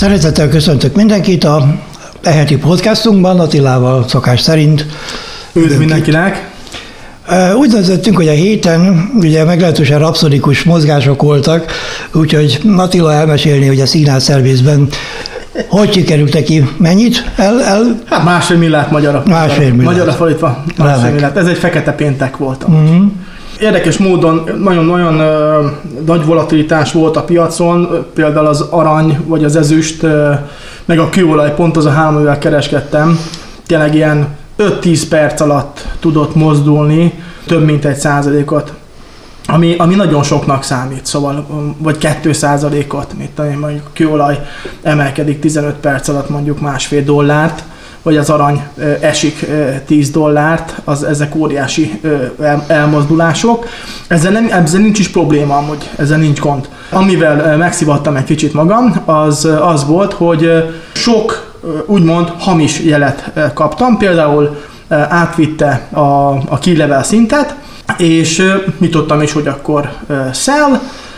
Szeretettel köszöntök mindenkit a heti podcastunkban, Attilával szokás szerint. Üdv mindenkinek! Úgy döntöttünk, hogy a héten ugye meglehetősen rapszodikus mozgások voltak, úgyhogy Attila elmesélni, hogy a Signal Service-ben hogy sikerült neki, mennyit? Hát másfél milliárd magyarra. Magyarra fordítva másfél milliárd. Ez egy fekete péntek volt. Érdekes módon nagyon nagy volatilitás volt a piacon, például az arany, vagy az ezüst, meg a kőolaj, pont az a három, amivel kereskedtem, tényleg ilyen 5-10 perc alatt tudott mozdulni több mint 1%-ot, ami nagyon soknak számít, szóval, vagy 2%-ot, mondjuk a kőolaj emelkedik 15 perc alatt mondjuk $1,5, vagy az arany esik $10, ezek óriási elmozdulások. Ezzel nincs is probléma amúgy, ezzel nincs gond. Amivel megszivattam egy kicsit magam, az volt, hogy sok úgymond hamis jelet kaptam, például átvitte a key level szintet, és mit tudtam is, hogy akkor sell,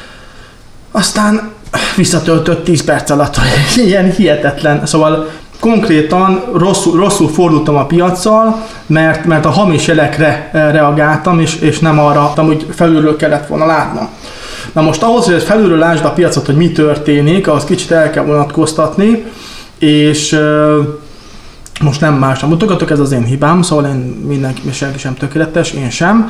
aztán visszatöltött 10 perc alatt, ilyen hihetetlen, szóval konkrétan rosszul fordultam a piaccal, mert a hamis jelekre reagáltam, és nem arra, hogy felülről kellett volna látnom. Na most ahhoz, hogy felülről lásd a piacot, hogy mi történik, ahhoz kicsit el kell vonatkoztatni, és most nem másra mutogatok, ez az én hibám, szóval én senki sem tökéletes, én sem,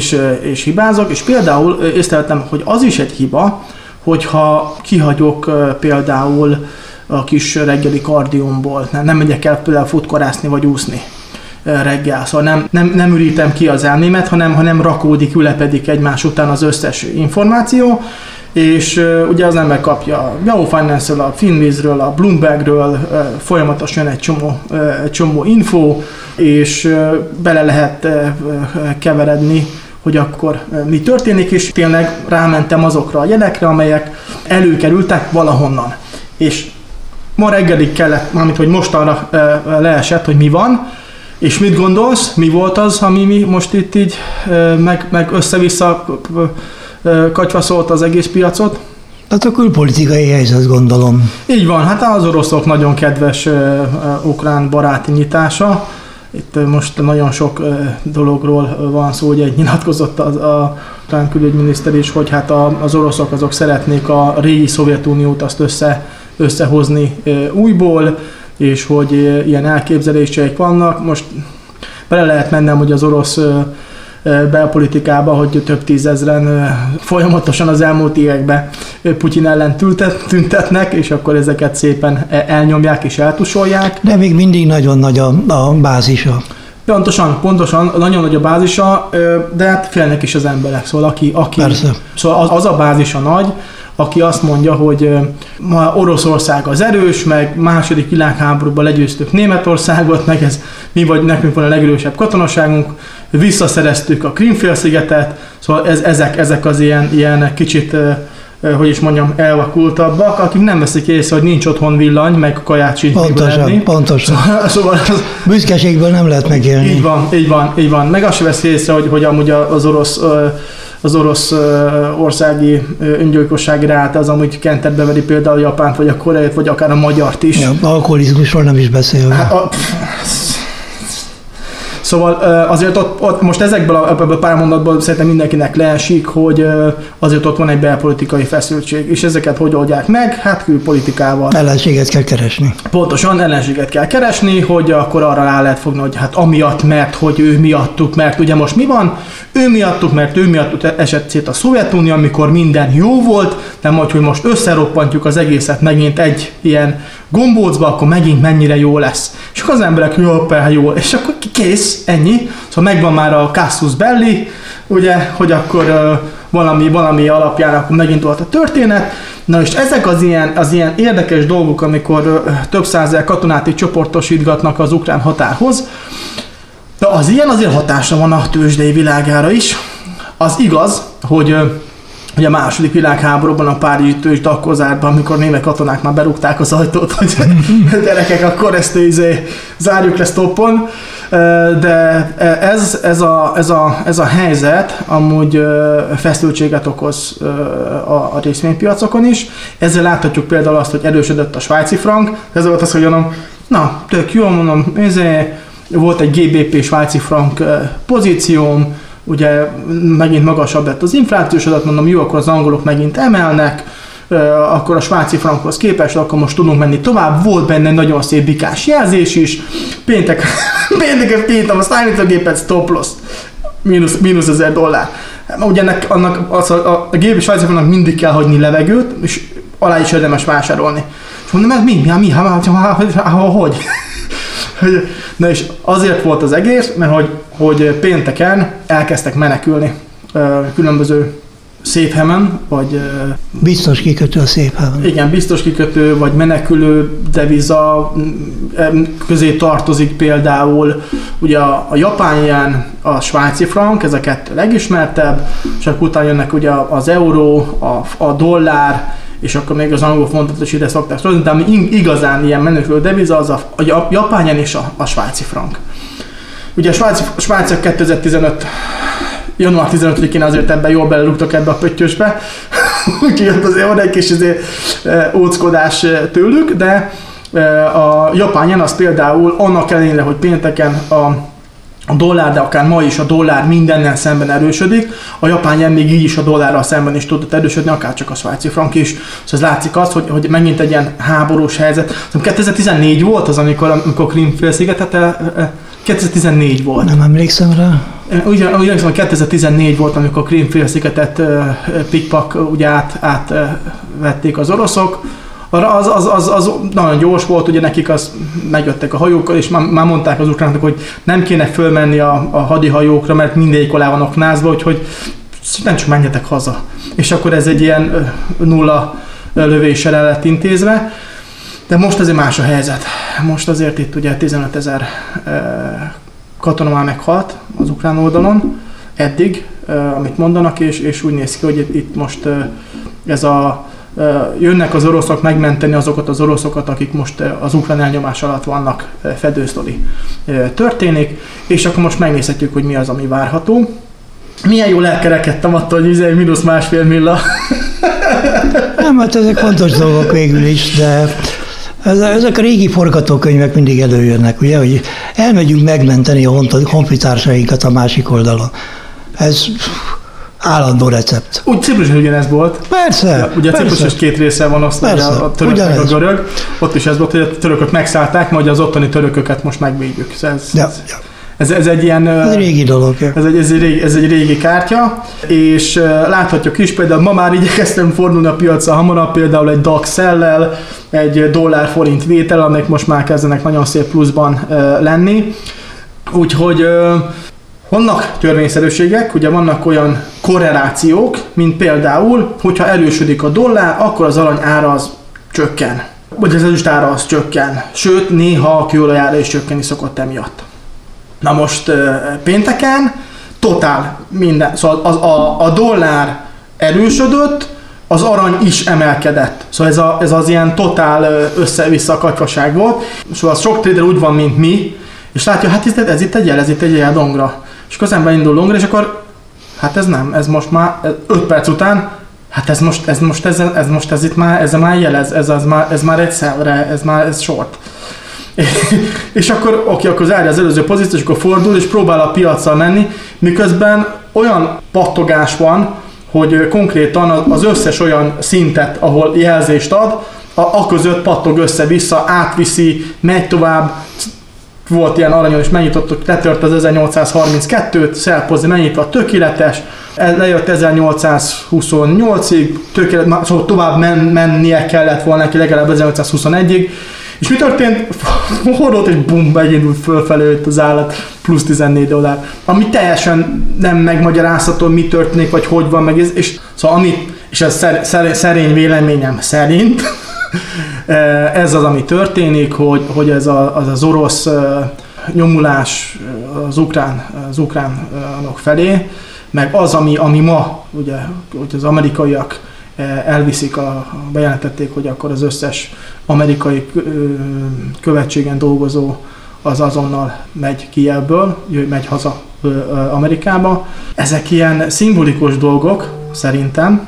és hibázok, és például észrevettem, hogy az is egy hiba, hogyha kihagyok például a kis reggeli kardiomból, nem megyek el például futkorászni vagy úszni reggel, szóval nem ürítem ki az elmémet, hanem rakódik, ülepedik egymás után az összes információ, és ugye az ember kapja a Yahoo Finance-ről, a Finvizről, a Bloombergről, folyamatosan egy csomó info, és bele lehet keveredni, hogy akkor mi történik, és tényleg rámentem azokra a jelekre, amelyek előkerültek valahonnan. És ma reggelig kellett, mármint hogy mostanra leesett, hogy mi van, és mit gondolsz, mi volt az, ami mi most itt így meg össze-vissza katyvaszolt az egész piacot? Hát a külpolitikai helyzet, gondolom. Így van, hát az oroszok nagyon kedves ukrán baráti nyitása. Itt most nagyon sok dologról van szó, ugye nyilatkozott a ukrán külügyminiszter is, hogy hát az oroszok azok szeretnék a régi Szovjetuniót azt összehozni újból, és hogy ilyen elképzeléseik vannak. Most bele lehet mennem, hogy az orosz belpolitikába, hogy több tízezren folyamatosan az elmúlt években Putyin ellen tüntetnek, és akkor ezeket szépen elnyomják és eltusolják. De még mindig nagyon nagy a bázisa. Pontosan, nagyon nagy a bázisa, de hát félnek is az emberek, szóval szóval az a bázisa nagy, aki azt mondja, hogy ma Oroszország az erős, meg második világháborúban legyőztük Németországot, meg nekünk van a legerősebb katonaságunk, visszaszereztük a Krím-félszigetet, szóval ezek az ilyen kicsit, hogy is mondjam, elvakultabbak, akik nem veszik észre, hogy nincs otthon villany, meg kaját sincs Pontosan. Szóval büszkeségből nem lehet megélni. Így van. Meg azt sem veszik észre, hogy amúgy az orosz országi öngyilkossági ráta az amúgy kentebb veri például a Japánt, vagy a Koreát, vagy akár a magyart is. Ja, alkoholizmusról nem is beszélve. Szóval azért ott most ebből a pár mondatból szerintem mindenkinek leesik, hogy azért ott van egy belpolitikai feszültség, és ezeket hogy oldják meg? Hát külpolitikával. Ellenséget kell keresni. Pontosan, ellenséget kell keresni, hogy akkor arra rá lehet fogni, hogy hát amiatt, mert hogy ő miattuk, mert ugye most mi van? Ő miattuk esett szét a Szovjetunió, amikor minden jó volt, de majd, hogy most összeroppantjuk az egészet megint egy ilyen gombócba, akkor megint mennyire jó lesz. És akkor az emberek, jó, és akkor kész, ennyi. Szóval megvan már a casus belli, ugye, hogy akkor valami alapján akkor megint volt a történet. Na és ezek az ilyen érdekes dolgok, amikor több százezer katonát így csoportosítgatnak az ukrán határhoz, de az ilyen azért hatása van a tőzsdei világára is. Az igaz, hogy a második világháborúban a párizsi tőzsdakkozárban, amikor német katonák már berúgták az ajtót, hogy gyerekek, akkor ezt zárjuk le stoppon. De ez a helyzet amúgy feszültséget okoz a részvénypiacokon is. Ezzel láthatjuk például azt, hogy erősödött a svájci frank. Ez volt az, hogy mondom, na, tök jól mondom, volt egy GBP svájci frank pozícióm, ugye megint magasabb lett az inflációs adat, mondom, jó, akkor az angolok megint emelnek, akkor a svájci frankhoz képest, akkor most tudunk menni tovább. Volt benne nagyon szép bikás jelzés is. Pénteken kiírtam a számítógépet, stop loss, mínusz $1000. Ugye a GBP svájci franknak mindig kell hagyni levegőt, és alá is érdemes vásárolni. És mondom, mert mi? Hogy? Na és azért volt az egész, mert hogy pénteken elkezdtek menekülni különböző safe haven, vagy... Biztos kikötő a safe haven. Igen, biztos kikötő, vagy menekülő deviza közé tartozik például ugye a japán yen, a svájci frank, ez a kettő legismertebb, és akkor utána jönnek ugye az euró, a dollár, és akkor még az angol fontot is ide szokták sorolni, de ami igazán ilyen menekülő deviza, az a japán yen és a svájci frank. Ugye a svájciak 2015 január 15-én azért ebben jól belerúgtak ebbe a pöttyösbe, úgyhogy ott azért van egy kis óckodás tőlük, de a japán yen az például annak ellenére, hogy pénteken a dollár, de akár ma is a dollár mindennel szemben erősödik, a japán yen még így is a dollárral szemben is tudott erősödni, akár csak a svájci frank is. Szóval ez látszik azt, hogy megint egy ilyen háborús helyzet. Szóval 2014 volt az, amikor Krím-félszigetet 2014 volt. Nem emlékszem rá. Úgy emlékszem, hogy 2014 volt, amikor Krím-félszigetet pikpak ugye átvették az oroszok. Az nagyon gyors volt, ugye nekik megjöttek a hajókkal, és már mondták az ukránoknak, hogy nem kéne fölmenni a hadihajókra, mert mindegyik alá van oknázva, úgyhogy nem csak menjetek haza. És akkor ez egy ilyen nulla lövéssel lett intézve. De most azért más a helyzet. Most azért itt ugye 15 000 katona már meghalt az ukrán oldalon eddig, amit mondanak, és úgy néz ki, hogy itt most jönnek az oroszok megmenteni azokat az oroszokat, akik most az ukrán elnyomás alatt vannak, fedősztori történik, és akkor most megnézhetjük, hogy mi az, ami várható. Milyen jól elkerekedtem attól, hogy -1,5 milla. Nem, hát ezek fontos dolgok végül is, de ezek a régi forgatókönyvek mindig előjönnek, ugye, hogy elmegyünk megmenteni a honfitársainkat a másik oldalon. Ez állandó recept. Úgy Cipruson ugyanez volt. Persze. Ugye Ciprus is két része van osztva, a török meg a görög. Ott is ez volt, hogy a törökök megszállták, majd az ottani törököket most megvédjük. Ez egy ilyen... Ez régi dolog. Ez egy régi kártya, és láthatjuk is, például ma már igyekeztem fordulni a piacra hamarabb, például egy DAX-szel, egy dollár-forint vétel, amelyek most már kezdenek nagyon szép pluszban lenni. Úgyhogy vannak törvényszerűségek, ugye vannak olyan korrelációk, mint például, hogyha erősödik a dollár, akkor az arany ára az csökken. Vagy az ezüst ára az csökken. Sőt, néha a kőolaj ára is csökkenni szokott emiatt. Na most pénteken totál minden, szóval a dollár erősödött, az arany is emelkedett. Szóval ez az ilyen totál össze-vissza katyvaság volt. Szóval sok trader úgy van, mint mi, és látja, hát ez itt egy jel dongra. És közben beindul longra, és akkor hát ez nem, ez most már 5 perc után, hát ez már egy sell-re, ez short. És akkor akkor zárja az előző pozíciót, és akkor fordul, és próbál a piaccal menni, miközben olyan pattogás van, hogy konkrétan az összes olyan szintet, ahol jelzést ad, a között pattog össze-vissza, átviszi, megy tovább. Volt ilyen aranyon, és megnyitottuk, letört az 1832-t, sell-pozzi megnyitva, tökéletes, lejött 1828-ig, tökéletes, szóval tovább mennie kellett volna neki legalább 1821-ig, és mi történt? Fordult, és bum, megindult fölfelé jött az állat, plusz $14. Ami teljesen nem megmagyarázható, mi történik, vagy hogy van meg, és szóval és ez szerény véleményem szerint, ez az, ami történik, hogy ez az orosz nyomulás az ukránok felé, meg az, ami ma, ugye, hogy az amerikaiak elviszik, bejelentették, hogy akkor az összes amerikai követségen dolgozó az azonnal megy Kijevből, megy haza Amerikába. Ezek ilyen szimbolikus dolgok szerintem,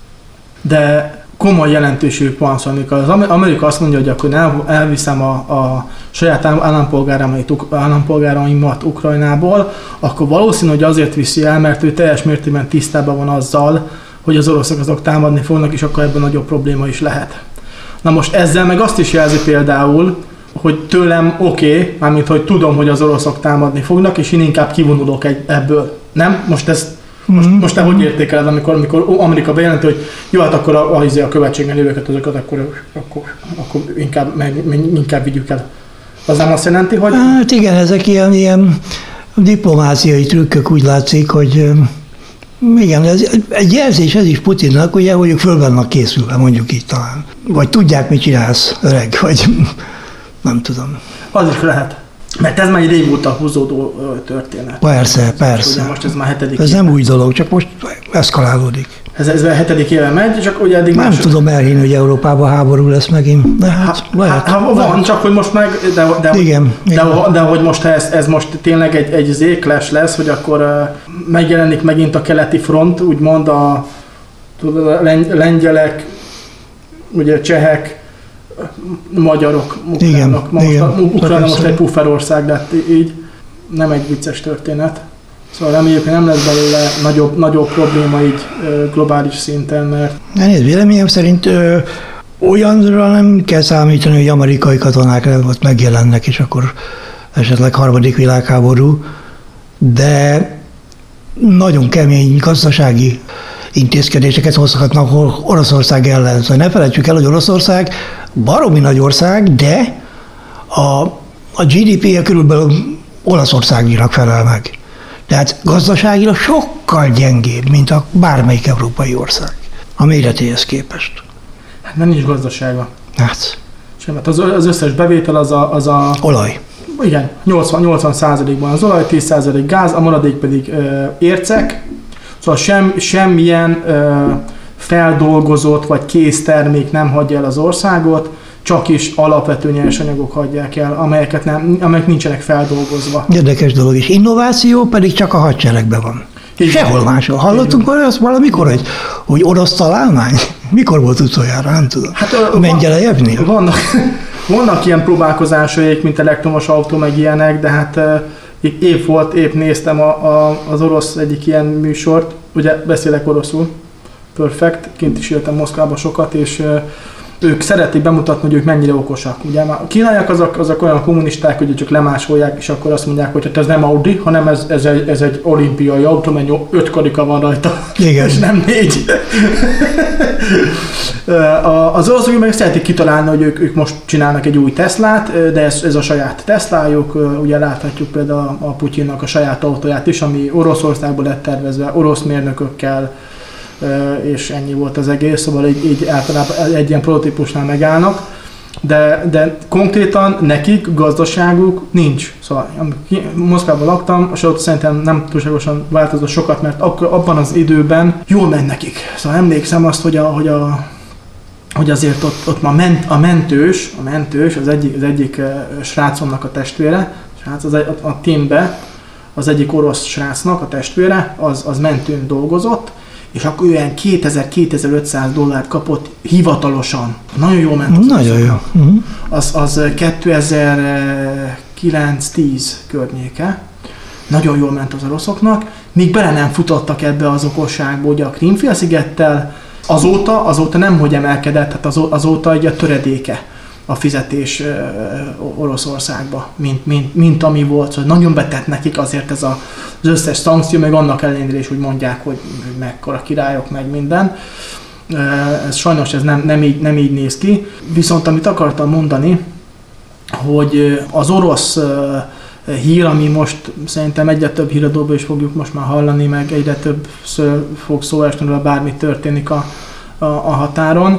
de komoly jelentőségük van, szóval amikor az Amerika azt mondja, hogy akkor elviszem a saját állampolgáraimat Ukrajnából, akkor valószínű, hogy azért viszi el, mert ő teljes mértékben tisztában van azzal, hogy az oroszok azok támadni fognak, és akkor ebben nagyobb probléma is lehet. Na most ezzel meg azt is jelzi például, hogy tőlem oké, mármint hogy tudom, hogy az oroszok támadni fognak, és én inkább kivonulok ebből. Nem? Most te hogy értékeled, amikor Amerika bejelenti, hogy jó, hát akkor a követségen lévőket, azokat akkor inkább vigyük el. Az nem azt jelenti, hogy... Hát igen, ezek ilyen diplomáciai trükkök, úgy látszik, hogy igen, ez egy jelzés ez is Putinnak, ugye, hogy ők föl vannak készülve, mondjuk így talán. Vagy tudják, mit csinálsz, öreg, vagy nem tudom. Az is lehet. Mert ez már egy régóta húzódó történet. Persze. Ugye most ez már 7. Ez nem új dolog, csak most eszkalálódik. Ez 7. éve megy, csak ugye eddig nem tudom elhinni, hogy Európában háború lesz megint, de hát lehet. Van, csak hogy most meg, de hogy most ez most tényleg egy zékles lesz, hogy akkor megjelenik megint a keleti front, úgymond a lengyelek, ugye csehek, magyarok, ukránok. Ukrajna most egy pufferország lett így, nem egy vicces történet. Szóval reméljük, hogy nem lesz belőle nagyobb probléma így globális szinten, mert... Nézd, véleményem szerint olyanra nem kell számítani, hogy amerikai katonák ott megjelennek, és akkor esetleg harmadik világháború, de nagyon kemény gazdasági intézkedéseket hozhatnak Oroszország ellen. Szóval ne felejtsük el, hogy Oroszország baromi nagy ország, de a GDP-je körülbelül Olaszországinak felel meg. Tehát gazdaságilag sokkal gyengébb, mint a bármelyik európai ország a méretéhez képest. Hát nem nincs gazdasága. Hát. Sem, hát az összes bevétel az a... Olaj. Igen, 80%-ban az olaj, 10% gáz, a maradék pedig ércek. Szóval semmilyen feldolgozott vagy kész termék nem hagyja el az országot, csak is alapvető nyersanyagok hagyják el, amelyek nincsenek feldolgozva. Érdekes dolog is. Innováció pedig csak a hadseregben van. Sehol máshol. Hallottunk azt valamikor, hogy orosz találmány? Mikor volt utoljára? Nem tudom. Hát, Mengyelejevnél? Vannak ilyen próbálkozásaik, mint elektromos autó, meg ilyenek, de hát épp néztem az orosz egyik ilyen műsort, ugye beszélek oroszul, perfekt, kint is éltem Moszkvába sokat, és ők szeretik bemutatni, hogy ők mennyire okosak. Ugye már a kínaiak azok olyan kommunisták, hogy csak lemásolják, és akkor azt mondják, hogy hát ez nem Audi, hanem ez egy olimpiai autó, mert 5 karika van rajta, igen. És nem 4. Az oroszok meg szeretik kitalálni, hogy ők most csinálnak egy új Teslát, de ez a saját Teslájuk, ugye láthatjuk például a Putyinnak a saját autóját is, ami Oroszországból lett tervezve, orosz mérnökökkel, és ennyi volt az egész, szóval így általában egy ilyen prototípusnál megállnak, de konkrétan nekik gazdaságuk nincs. Szóval Moszkvában laktam, és ott szerintem nem túlságosan változott sokat, mert akkor abban az időben jól ment nekik. Szóval emlékszem azt, hogy azért ott ma a mentős, az egyik srácomnak a testvére, a teambe, az egyik orosz srácnak a testvére, az mentőn dolgozott, és akkor olyan $2000-2500 kapott hivatalosan. Nagyon jól ment az. Nagyon jó. Az 2009-10 környéke. Nagyon jól ment az oroszoknak, míg bele nem futottak ebbe az okosságba, ugye a Krím-félszigettel. Azóta nemhogy emelkedett, tehát azóta egy a töredéke a fizetés Oroszországba, mint ami volt. Szóval nagyon betett nekik azért ez az összes szankció, meg annak ellenére is úgy mondják, hogy mekkora királyok, meg minden. Sajnos ez nem így néz ki. Viszont amit akartam mondani, hogy az orosz hír, ami most szerintem egyre több híradóban is fogjuk most már hallani, meg egyre több fog szó esni, bármi történik a határon.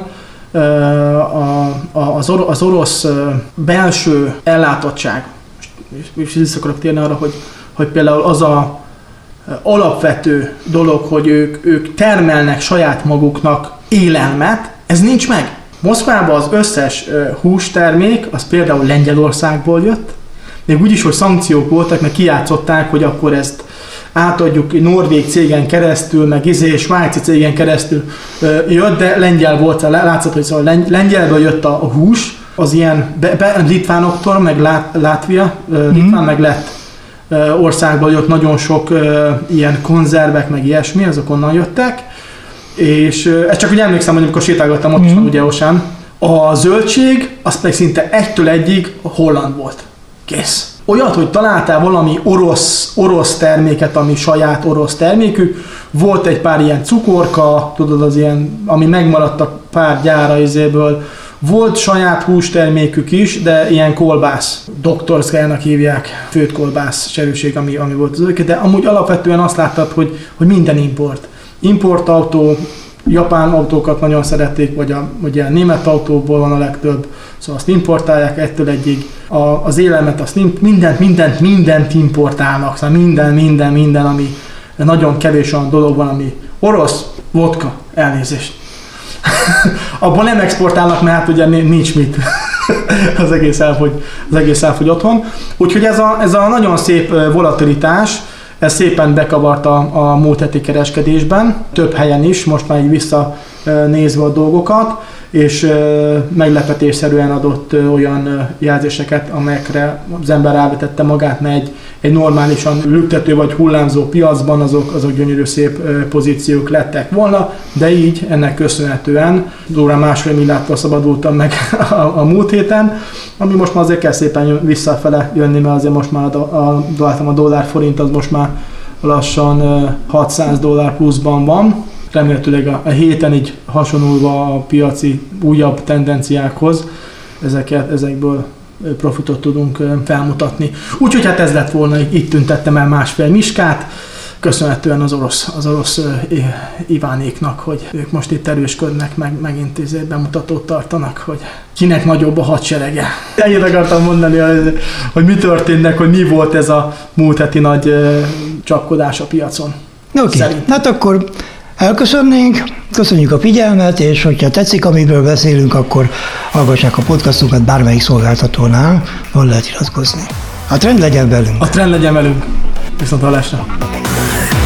Az orosz belső ellátottság, és vissza akarok térni arra, hogy például az a alapvető dolog, hogy ők termelnek saját maguknak élelmet, ez nincs meg. Moszkvában az összes hústermék, az például Lengyelországból jött, még úgyis, hogy szankciók voltak, meg kijátszották, hogy akkor ezt átadjuk egy norvég cégen keresztül, meg svájci cégen keresztül jött, de lengyel volt, látszott, hogy szóval lengyelből jött a hús, az ilyen litvánoktól, meg Látvia, litván meg lett országból jött nagyon sok ilyen konzervek, meg ilyesmi, azok onnan jöttek, és ezt csak úgy emlékszem, hogy amikor sétálgattam, ott is van ugye Osán. A zöldség, az pedig szinte 1-től 1-ig holland volt. Kész. Olyat, hogy találtál valami orosz terméket, ami saját orosz termékű, volt egy pár ilyen cukorka, tudod, az ilyen, ami megmaradt a pár gyára izéből, volt saját hústermékük is, de ilyen kolbász, doktorszkájának hívják, főtt kolbász serűség, ami volt az őket, de amúgy alapvetően azt láttad, hogy minden import. Importautó, japán autókat nagyon szerették, vagy ugye német autóból van a legtöbb, szóval azt importálják 1-től 1-ig. Az élelmet, azt mindent importálnak, szóval minden, ami nagyon kevés olyan dolog van, ami orosz, vodka, elnézést. Abban nem exportálnak, mert hát ugye nincs mit. az egész elfogy otthon. Úgyhogy ez a nagyon szép volatilitás, ez szépen bekavarta a múlt heti kereskedésben, több helyen is, most már így visszanézve a dolgokat, és meglepetésszerűen adott olyan jelzéseket, amelyekre az ember rávetette magát, mert egy normálisan lüktető vagy hullámzó piacban azok gyönyörű szép pozíciók lettek volna, de így ennek köszönhetően durván 1,5 milliárdtól szabadultam meg a múlt héten, ami most már azért kell szépen visszafele jönni, mert azért most már a dollár-forint az most már lassan $600 pluszban van. Remélhetőleg a héten így hasonlulva a piaci újabb tendenciákhoz ezekből profitot tudunk felmutatni. Úgyhogy hát ez lett volna, itt tüntettem el 1,5 miskát, köszönhetően az orosz Ivánéknak, hogy ők most itt erősködnek, megint bemutatót tartanak, hogy kinek nagyobb a hadserege. Ennyit akartam mondani, hogy mi történnek, hogy mi volt ez a múlt heti nagy csapkodás a piacon. Oké, hát akkor elköszönnénk, köszönjük a figyelmet, és hogyha tetszik, amiből beszélünk, akkor hallgassák a podcastunkat bármelyik szolgáltatónál, hol lehet iratkozni. A trend legyen velünk! A trend legyen velünk! Viszonthallásra!